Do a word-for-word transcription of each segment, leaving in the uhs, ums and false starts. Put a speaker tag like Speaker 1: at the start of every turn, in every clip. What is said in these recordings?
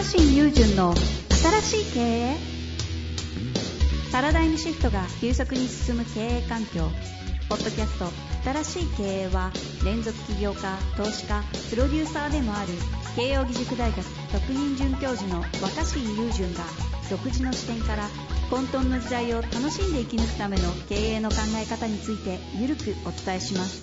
Speaker 1: 若新雄純の新しい経営。パラダイムシフトが急速に進む経営環境。ポッドキャスト新しい経営は、連続起業家、投資家、プロデューサーでもある慶應義塾大学特任准教授の若新雄純が、独自の視点から混沌の時代を楽しんで生き抜くための経営の考え方についてゆるくお伝えします。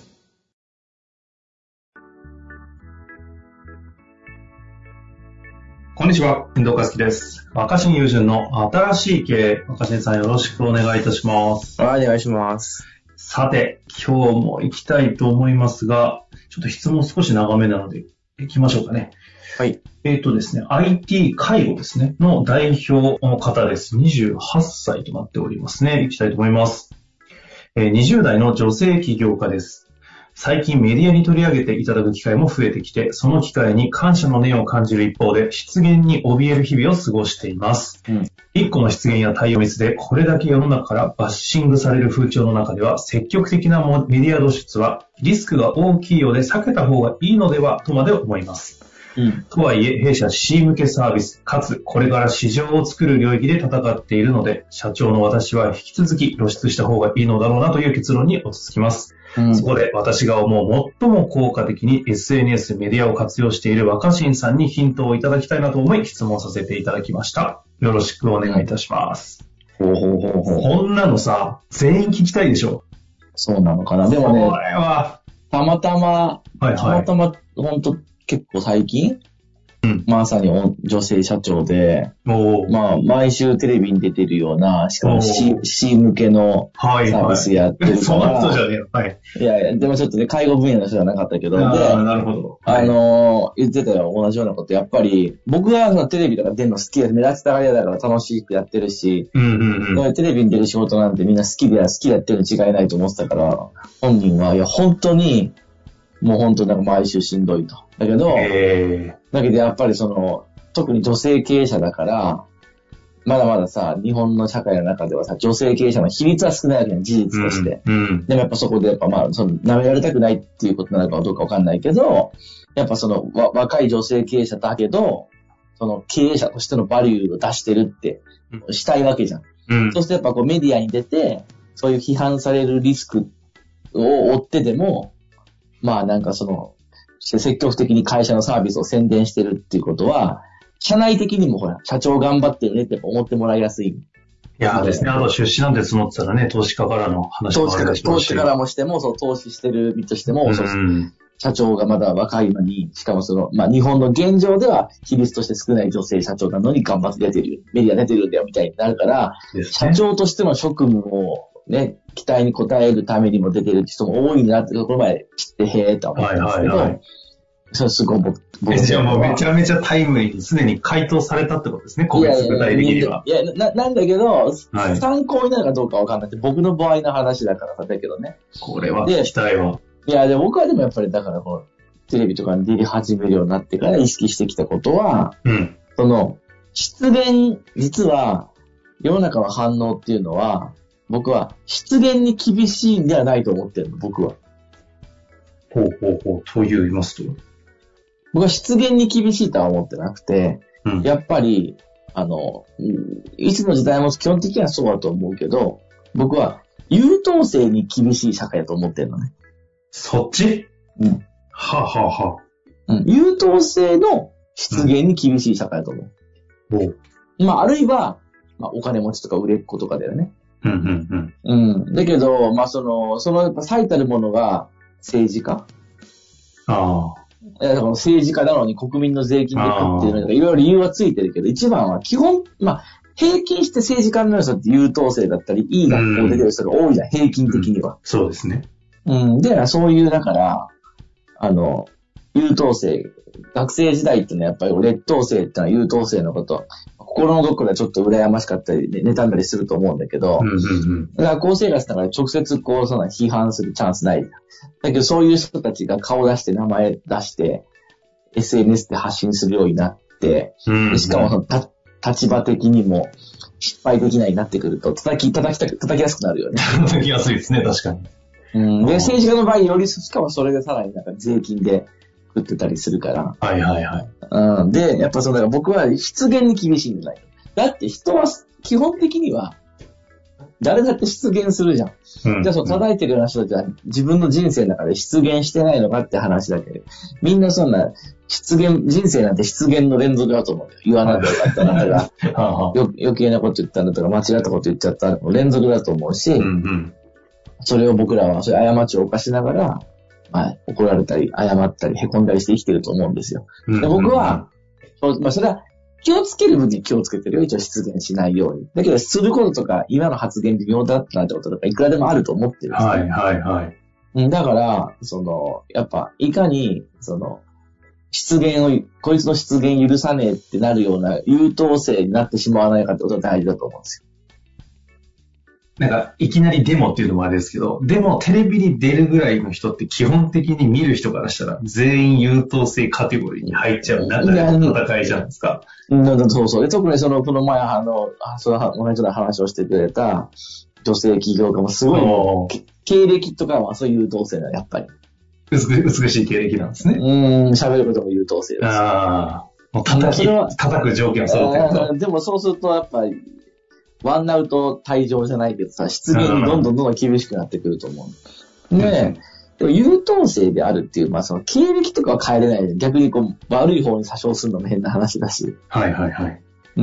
Speaker 2: こんにちは、遠藤和樹です。若新雄純の新しい経営。若新さん、よろしくお願いいたします。
Speaker 3: はい、お願いします。
Speaker 2: さて、今日も行きたいと思いますが、ちょっと質問少し長めなので行きましょうかね。
Speaker 3: はい。
Speaker 2: えっとですね、アイティー 介護ですね、の代表の方です。にじゅうはっさいとなっておりますね。行きたいと思います。えー、にじゅう代の女性起業家です。最近メディアに取り上げていただく機会も増えてきて、その機会に感謝の念を感じる一方で、失言に怯える日々を過ごしています。うん、一個の失言や対応ミスで、これだけ世の中からバッシングされる風潮の中では、積極的なメディア露出はリスクが大きいようで避けた方がいいのではとまで思います。うん、とはいえ、弊社 C 向けサービス、かつこれから市場を作る領域で戦っているので、社長の私は引き続き露出した方がいいのだろうなという結論に落ち着きます。うん、そこで私が思う最も効果的に エスエヌエス メディアを活用している若新さんにヒントをいただきたいなと思い質問させていただきました。よろしくお願いいたします。
Speaker 3: ほうほうほうほう。
Speaker 2: こんなのさ、全員聞きたいでしょ。
Speaker 3: そうなのかな。でもね、
Speaker 2: これは
Speaker 3: たまたま、はいはい、たまたま本当結構最近、うん、まさに女性社長で、まあ、毎週テレビに出てるような、しかも C, C 向けのサービスやってるから。
Speaker 2: はいはい、そんな人じゃねえよ。はい。
Speaker 3: いやいや、でもちょっとね、介護分野の人じゃなかったけど、で、
Speaker 2: なるほど。
Speaker 3: はい、あのー、言ってたよ、同じようなこと。やっぱり、僕はそのテレビとか出るの好きで、目立ちたがり屋だから楽しくやってるし、うんうんうん、テレビに出る仕事なんてみんな好きで、好きでやってるに違いないと思ってたから、本人は、いや、本当に、もう本当になんか毎週しんどいと。だけど、だけどやっぱりその、特に女性経営者だから、まだまださ、日本の社会の中ではさ、女性経営者の比率は少ないわけね、事実として。うんうん、でもやっぱそこでやっぱまあ、その、舐められたくないっていうことなのかどうかわかんないけど、やっぱその、わ、若い女性経営者だけど、その経営者としてのバリューを出してるってしたいわけじゃん。うん、そうするとやっぱこうメディアに出て、そういう批判されるリスクを負ってでも、まあなんかその、積極的に会社のサービスを宣伝してるっていうことは、社内的にもほら、社長頑張ってるねって思ってもらいやすい。い
Speaker 2: やですね、あの出資なんて募ってたらね、投資家からの話もあるでしょうし。
Speaker 3: 投資家からもしても、そう、投資してる身としても、そうそう、社長がまだ若いのに、しかもその、まあ日本の現状では比率として少ない女性社長なのに頑張って出てる、メディア出てるんだよみたいになるから、ね、社長としての職務を、ね、期待に応えるためにも出てる人も多いんだなってところまで知ってへーと思ったんですけど、はいはいはい、それすごい僕、
Speaker 2: 僕じゃあもうめちゃめちゃタイムリーにすでに回答されたってことですね、個別具体的には。
Speaker 3: いやいや、いやな、なんだけど、はい、参考になるかどうかわかんないって僕の場合の話だからさ、だけどね。
Speaker 2: これは聞きたいわ。
Speaker 3: いや、で僕はでもやっぱりだからこの、テレビとかに出り始めるようになってから意識してきたことは、うん、その、失言、実は、世の中の反応っていうのは、僕は失言に厳しいんではないと思ってるの、僕は。
Speaker 2: ほうほうほう、と言いますと？
Speaker 3: 僕は失言に厳しいとは思ってなくて、うん、やっぱり、あの、いつの時代も基本的にはそうだと思うけど、僕は優等生に厳しい社会だと思ってるのね。
Speaker 2: そっち？うん。はあ、はあは
Speaker 3: あ、うん。優等生の失言に厳しい社会だと思う。うん、まあ、あるいは、まあ、お金持ちとか売れっ子とかだよね。うんうんうん。うん。だけど、まあ、その、その、やっぱ最たるものが政治家。ああ。いや、だから政治家なのに国民の税金で食っていうのがいろいろ理由はついてるけど、一番は基本、まあ、平均して政治家になる人って優等生だったり、いい学校出てる人が多いじゃん、平均的には。
Speaker 2: うん、そうですね。
Speaker 3: うん。で、そういう、だから、あの、優等生、学生時代っていうのはやっぱり劣等生ってのは優等生のこと、心のどころではちょっと羨ましかったり、ね、妬んだりすると思うんだけど、うんうんうん、学校生活だから直接こう、そんな批判するチャンスない。だけどそういう人たちが顔出して名前出して、エスエヌエス で発信するようになって、うんうん、しかもそのた立場的にも失敗できないようになってくると、叩き、叩きたく、叩きやすくなるよね。
Speaker 2: 叩きやすいですね、確かに。
Speaker 3: うん、で、政治家の場合より、しかもそれでさらになんか税金で食ってたりするから。
Speaker 2: はいはいはい。
Speaker 3: うん。で、やっぱその、僕は失言に厳しいんじゃない。だって人は基本的には、誰だって失言するじゃん。うん、じゃあ、その叩いてるような人たちは自分の人生の中で失言してないのかって話だけど、みんなそんな、失言、人生なんて失言の連続だと思うよ。言わなきゃよかったなとか、よ余計なこと言ったんだとか、間違ったこと言っちゃったの連続だと思うし、うんうん、それを僕らは、それ過ちを犯しながら、まあ、怒られたり、謝ったり、凹んだりして生きてると思うんですよ。で僕は、まあ、それは、気をつける分に気をつけてるよ。一応失言しないように。だけど、することとか、今の発言微妙だったなんてこととか、いくらでもあると思ってるんですよ。
Speaker 2: はいはいはい。
Speaker 3: だから、その、やっぱ、いかに、その、失言を、こいつの失言許さねえってなるような優等生になってしまわないかってことが大事だと思うんですよ。
Speaker 2: なんか、いきなりデモっていうのもあれですけど、でもテレビに出るぐらいの人って基本的に見る人からしたら全員優等生カテゴリーに入っちゃう中での戦いじゃないですか。
Speaker 3: うん、そうそう。で特にその、この前、あの、その、同じような話をしてくれた女性起業家もすごい、経歴とかはそういう優等生だ、やっぱり。
Speaker 2: 美, 美しい経歴なんですね。
Speaker 3: うん、喋ることも優等生です。
Speaker 2: ああ。もう叩き、叩く条件は揃ってると。
Speaker 3: でもそうすると、やっぱり、ワンアウト退場じゃないけどさ、失言にどんどんどんどん厳しくなってくると思う。ねえ。でも優等生であるっていう、まあその経歴とかは変えれないで、逆にこう、悪い方に詐称するのも変な話だし。
Speaker 2: はいはいはい。
Speaker 3: うん。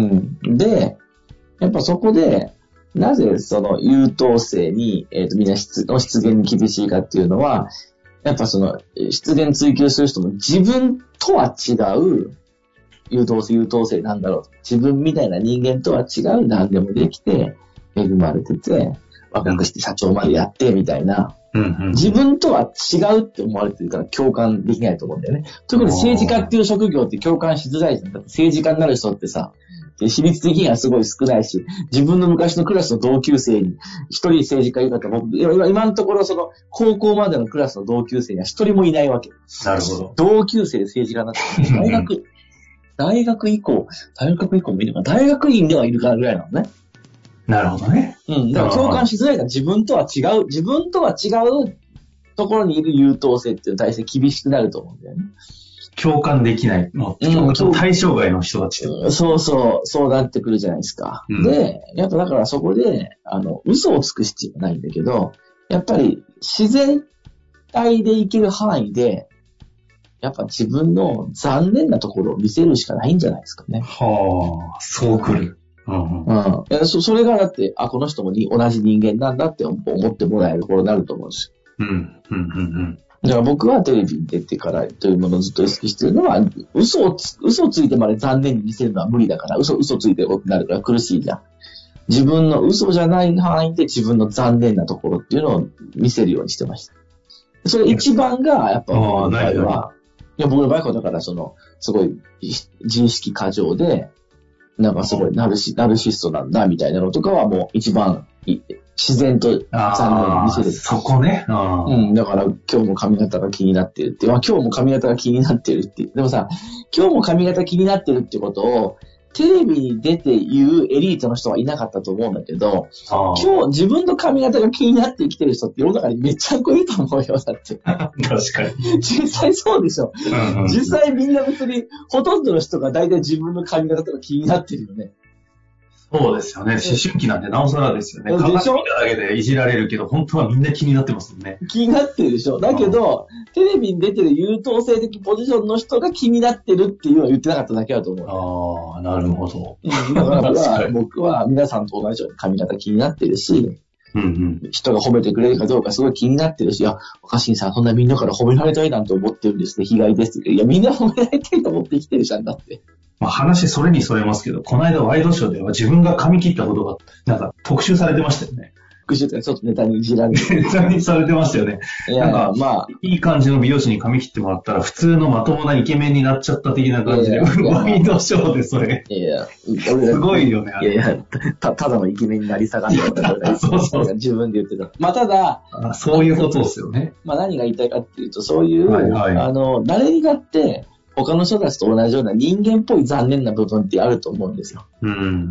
Speaker 3: で、やっぱそこで、なぜその優等生に、えっと、みんな失の失言に厳しいかっていうのは、やっぱその、失言追求する人も自分とは違う、優等生、優等生なんだろう。自分みたいな人間とは違う何でもできて、恵まれてて、若くして社長までやって、みたいな、うんうんうん。自分とは違うって思われてるから共感できないと思うんだよね。特に政治家っていう職業って共感しづらいじゃん。だって政治家になる人ってさ、比率的にはすごい少ないし、自分の昔のクラスの同級生に一人政治家いるかと僕、今、今のところその高校までのクラスの同級生には一人もいないわけ。
Speaker 2: なるほど。
Speaker 3: 同級生で政治家になって大学、大学以降、大学以降もいるのかな、大学院ではいるからぐらいなのね。
Speaker 2: なるほどね。
Speaker 3: うん。だから共感しづらいから自分とは違う、自分とは違うところにいる優等生っていう体制厳しくなると思うんだよね。
Speaker 2: 共感できない。もう、うん、対象外の人たちって、
Speaker 3: うん。そうそう、そうなってくるじゃないですか。うん、で、やっぱだからそこで、あの、嘘をつく必要はないんだけど、やっぱり自然体で生きる範囲で、やっぱ自分の残念なところを見せるしかないんじゃないですかね。
Speaker 2: はあ、そう来る。うん
Speaker 3: うんうん、そ, それがだって、あ、この人もに同じ人間なんだって思ってもらえるところになると思うんです
Speaker 2: よ。うん、うん、うん、うん。
Speaker 3: だから僕はテレビに出てからというものをずっと意識しているのは、嘘をつ、嘘をついてまで残念に見せるのは無理だから、嘘、嘘ついてることになるから苦しいじゃん。自分の嘘じゃない範囲で自分の残念なところっていうのを見せるようにしてました。それ一番が、やっぱ僕の場合は、いや僕の場合はだからその、すごい自意識過剰で、なんかすごいナルシ、ナルシストなんだみたいなのとかはもう一番自然と残念に見せる。
Speaker 2: そこね。
Speaker 3: うん。だから今日も髪型が気になってるって。まあ今日も髪型が気になってるって。でもさ、今日も髪型気になってるってことをテレビに出て言うエリートの人はいなかったと思うんだけど、今日自分の髪型が気になって生きてる人って世の中にめっちゃこいいと思うよ、だって。
Speaker 2: 確かに。
Speaker 3: 実際そうでしょ。うんうん、実際みんな別に、ほとんどの人が大体自分の髪型とか気になってるよね。
Speaker 2: そうですよね。思春期なんてなおさらですよね。鏡見ただけでいじられるけど、本当はみんな気になってますもんね。
Speaker 3: 気になってるでしょ。だけど、テレビに出てる優等生的ポジションの人が気になってるっていうのは言ってなかっただけだと思
Speaker 2: う。ああ、なるほど。
Speaker 3: だから僕は、僕は皆さんと同じように髪型気になってるし、うんうん、人が褒めてくれるかどうかすごい気になってるし、いや、若新さん、そんなみんなから褒められたいなんて思ってるんですね、被害ですって。いや、みんな褒められたいと思って生きてるじゃんだって。
Speaker 2: まあ話それにそれますけど、この間ワイドショーでは自分が髪切ったことが、なんか特集されてましたよね。
Speaker 3: 特集ってちょっとネタにいじられて。
Speaker 2: ネタにされてましたよね。いや、なんか、まあ、いい感じの美容師に髪切ってもらったら、普通のまともなイケメンになっちゃった的な感じで、ワイドショーでそれ。いや、すごいよね。
Speaker 3: いやいや、た、ただのイケメンになり下がったから、そうそう。自分で言ってた。まあ、ただ
Speaker 2: あ、そういうことですよね。
Speaker 3: まあ、何が言いたいかっていうと、そういう、はいはい、あの、誰にだって、他の人たちと同じような人間っぽい残念な部分ってあると思うんですよ。うん。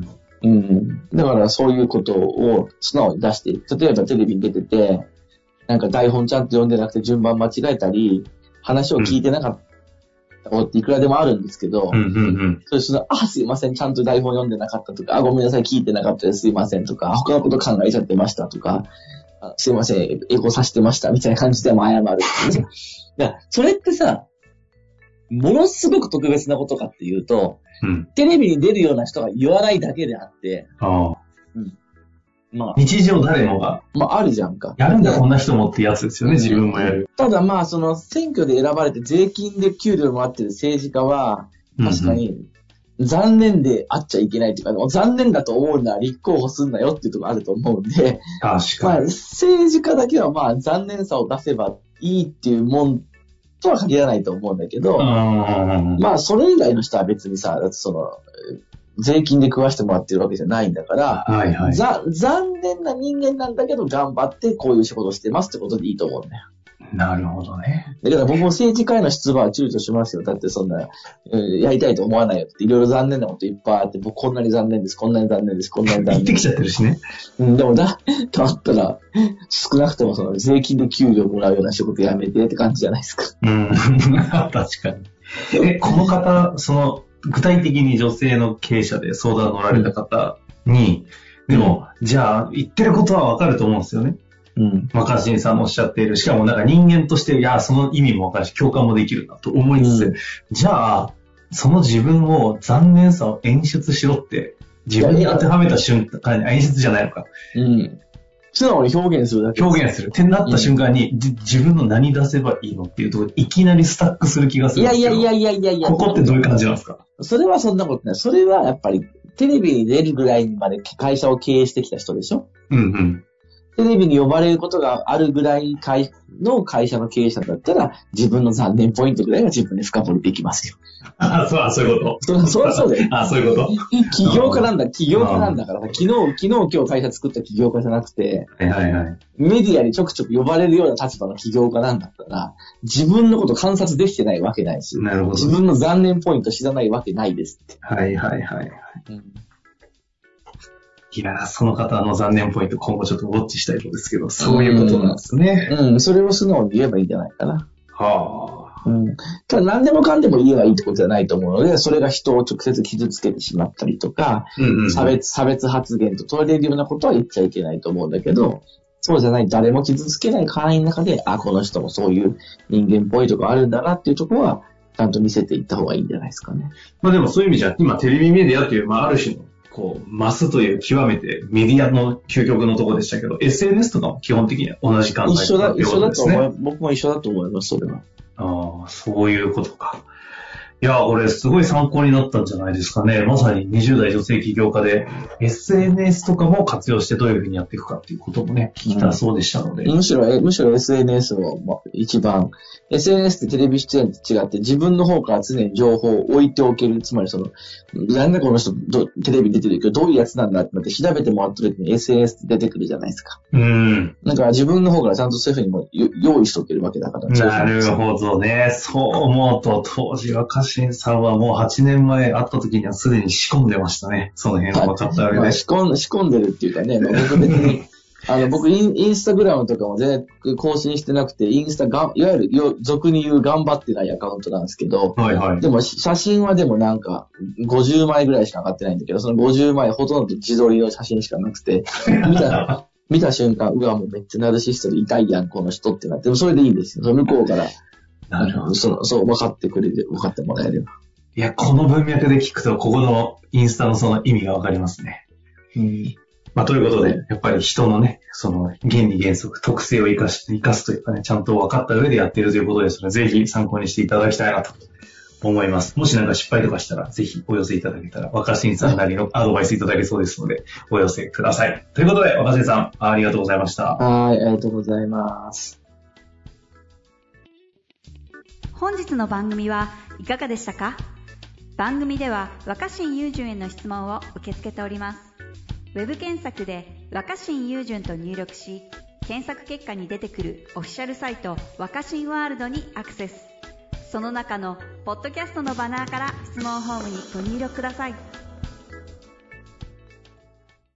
Speaker 3: うん。だからそういうことを素直に出して、例えばテレビに出てて、なんか台本ちゃんと読んでなくて順番間違えたり、話を聞いてなかっいくらでもあるんですけど、
Speaker 2: うんうんうん、
Speaker 3: それその、あ、すいません、ちゃんと台本読んでなかったとか、あ、ごめんなさい、聞いてなかったです、すいませんとか、他のこと考えちゃってましたとか、あすいません、エゴさせてましたみたいな感じでも謝るっていう。だからそれってさ、ものすごく特別なことかっていうと、うん、テレビに出るような人が言わないだけであって、
Speaker 2: ああうん、まあ、日常誰もが、
Speaker 3: まああるじゃんか。
Speaker 2: やるんだこんな人もってやつですよね、自分もやる。
Speaker 3: ただまあその選挙で選ばれて税金で給料もらってる政治家は、確かに残念であっちゃいけないというか、うんうん、残念だと思うなら立候補すんなよっていうところあると思うんで、
Speaker 2: 確かに。
Speaker 3: まあ政治家だけはまあ残念さを出せばいいっていうもんとは限らないと思うんだけど、まあそれ以外の人は別にさ、その、税金で食わしてもらってるわけじゃないんだから、
Speaker 2: はいはい、
Speaker 3: ざ残念な人間なんだけど頑張ってこういう仕事してますってことでいいと思うんだよ。
Speaker 2: なるほどね。
Speaker 3: だから僕も政治家への出馬は躊躇しますよ。だってそんな、うん、やりたいと思わないよっていろいろ残念なこといっぱいあって、僕こんなに残念です、こんなに残念です、こんなに残念です。
Speaker 2: 言ってきちゃってるしね。
Speaker 3: うん、でもだ、だったら、少なくともその税金で給料もらうような仕事やめてって感じじゃないですか。
Speaker 2: うん、確かに。え、この方、その、具体的に女性の経営者で相談乗られた方に、うん、でも、じゃあ、言ってることはわかると思うんですよね。うん。若新さんのおっしゃっている。しかもなんか人間として、いや、その意味もわかるし、共感もできるなと思いつつ、うん、じゃあ、その自分を残念さを演出しろって、自分に当てはめた瞬間に演出じゃないのか。
Speaker 3: うん。素直に表現するだけ。
Speaker 2: 表現する。ってなった瞬間に、うん、自分の何出せばいいのっていうところで、いきなりスタックする気がするんですけど。
Speaker 3: いやいやいやいやいやいや。
Speaker 2: ここってどういう感じなんですか？
Speaker 3: それはそんなことない。それはやっぱり、テレビに出るぐらいまで会社を経営してきた人でしょ？
Speaker 2: うんうん。
Speaker 3: テレビに呼ばれることがあるぐらいの会社の経営者だったら、自分の残念ポイントぐらいは自分で深掘りできますよ。
Speaker 2: あ、そう、そういうこ
Speaker 3: と。そう、そうだよ。
Speaker 2: あ、そういうこと。
Speaker 3: 起業家なんだ、起業家なんだからさ、昨日、昨日今日会社作った起業家じゃなくて、
Speaker 2: はいはいはい。
Speaker 3: メディアにちょくちょく呼ばれるような立場の起業家なんだったら、自分のこと観察できてないわけないし、
Speaker 2: なるほど。
Speaker 3: 自分の残念ポイント知らないわけないですって。
Speaker 2: はいはいはい、うんいや、その方の残念ポイント今後ちょっとウォッチしたいところですけど、そういうことなんですね。
Speaker 3: うん、うん、それを素直に言えばいいんじゃないかな。
Speaker 2: は
Speaker 3: あ。うん。ただ何でもかんでも言えばいいってことじゃないと思うので、それが人を直接傷つけてしまったりとか、うんうんうん、差別、差別発言と取れるようなことは言っちゃいけないと思うんだけど、そうじゃない誰も傷つけない範囲の中で、あ、この人もそういう人間っぽいとこあるんだなっていうところは、ちゃんと見せていった方がいいんじゃないですかね。
Speaker 2: まあでもそういう意味じゃ、今テレビメディアという、まあある種の、こう、マスという極めてメディアの究極のところでしたけど、エスエヌエス とかも基本的には同じ考え
Speaker 3: 一緒だ、一緒だと思う。僕も一緒だと思います、それは。
Speaker 2: ああ、そういうことか。いや、これすごい参考になったんじゃないですかね。まさににじゅう代女性起業家で エスエヌエス とかも活用してどういうふうにやっていくかっていうこともね、聞きたそうでしたので。
Speaker 3: うん、むしろ、むしろ エスエヌエス を一番、エスエヌエス ってテレビ出演と違って自分の方から常に情報を置いておける。つまりその、なんでこの人どテレビ出てるけどどういうやつなんだってなって調べてもらった時に エスエヌエス って出てくるじゃないですか。
Speaker 2: うん。
Speaker 3: だから自分の方からちゃんとそういうふうにも用意しておけるわけだから。
Speaker 2: なるほどね。そう思うと当時若新さんはもうはちねんまえ会った時にはすでに仕込んでましたね。その辺は分かったわけで。まあ、
Speaker 3: 仕込ん、仕込んでるっていうかね、まあ、僕別に、あの、僕イン、インスタグラムとかも全然更新してなくて、インスタが、いわゆる、よ、俗に言う頑張ってないアカウントなんですけど、
Speaker 2: はいはい。
Speaker 3: でも、写真はでもなんか、ごじゅうまいぐらいしか上がってないんだけど、そのごじゅうまいほとんど自撮りの写真しかなくて、見た、見た瞬間、うわ、もうめっちゃナルシストで痛いやん、この人ってなって、でもそれでいいんですよ。その向こうから、
Speaker 2: なるほど。
Speaker 3: そう、そう、分かってくれる、分かってもらえれば。
Speaker 2: いや、この文脈で聞くと、ここのインスタのその意味がわかりますね。
Speaker 3: うん。
Speaker 2: まあ、ということで、やっぱり人のね、その原理原則、特性を生かし、生かすというかね、ちゃんと分かった上でやっているということですので、ぜひ参考にしていただきたいなと思います。もしなんか失敗とかしたら、ぜひお寄せいただけたら、若新さんなりのアドバイスいただけそうですので、お寄せください。ということで、若新さん、ありがとうございました。
Speaker 3: はい、ありがとうございます。
Speaker 1: 本日の番組はいかがでしたか？番組では若新雄純への質問を受け付けております。ウェブ検索で若新雄純と入力し、検索結果に出てくるオフィシャルサイト若新ワールドにアクセス。その中のポッドキャストのバナーから質問フォームにご入力ください。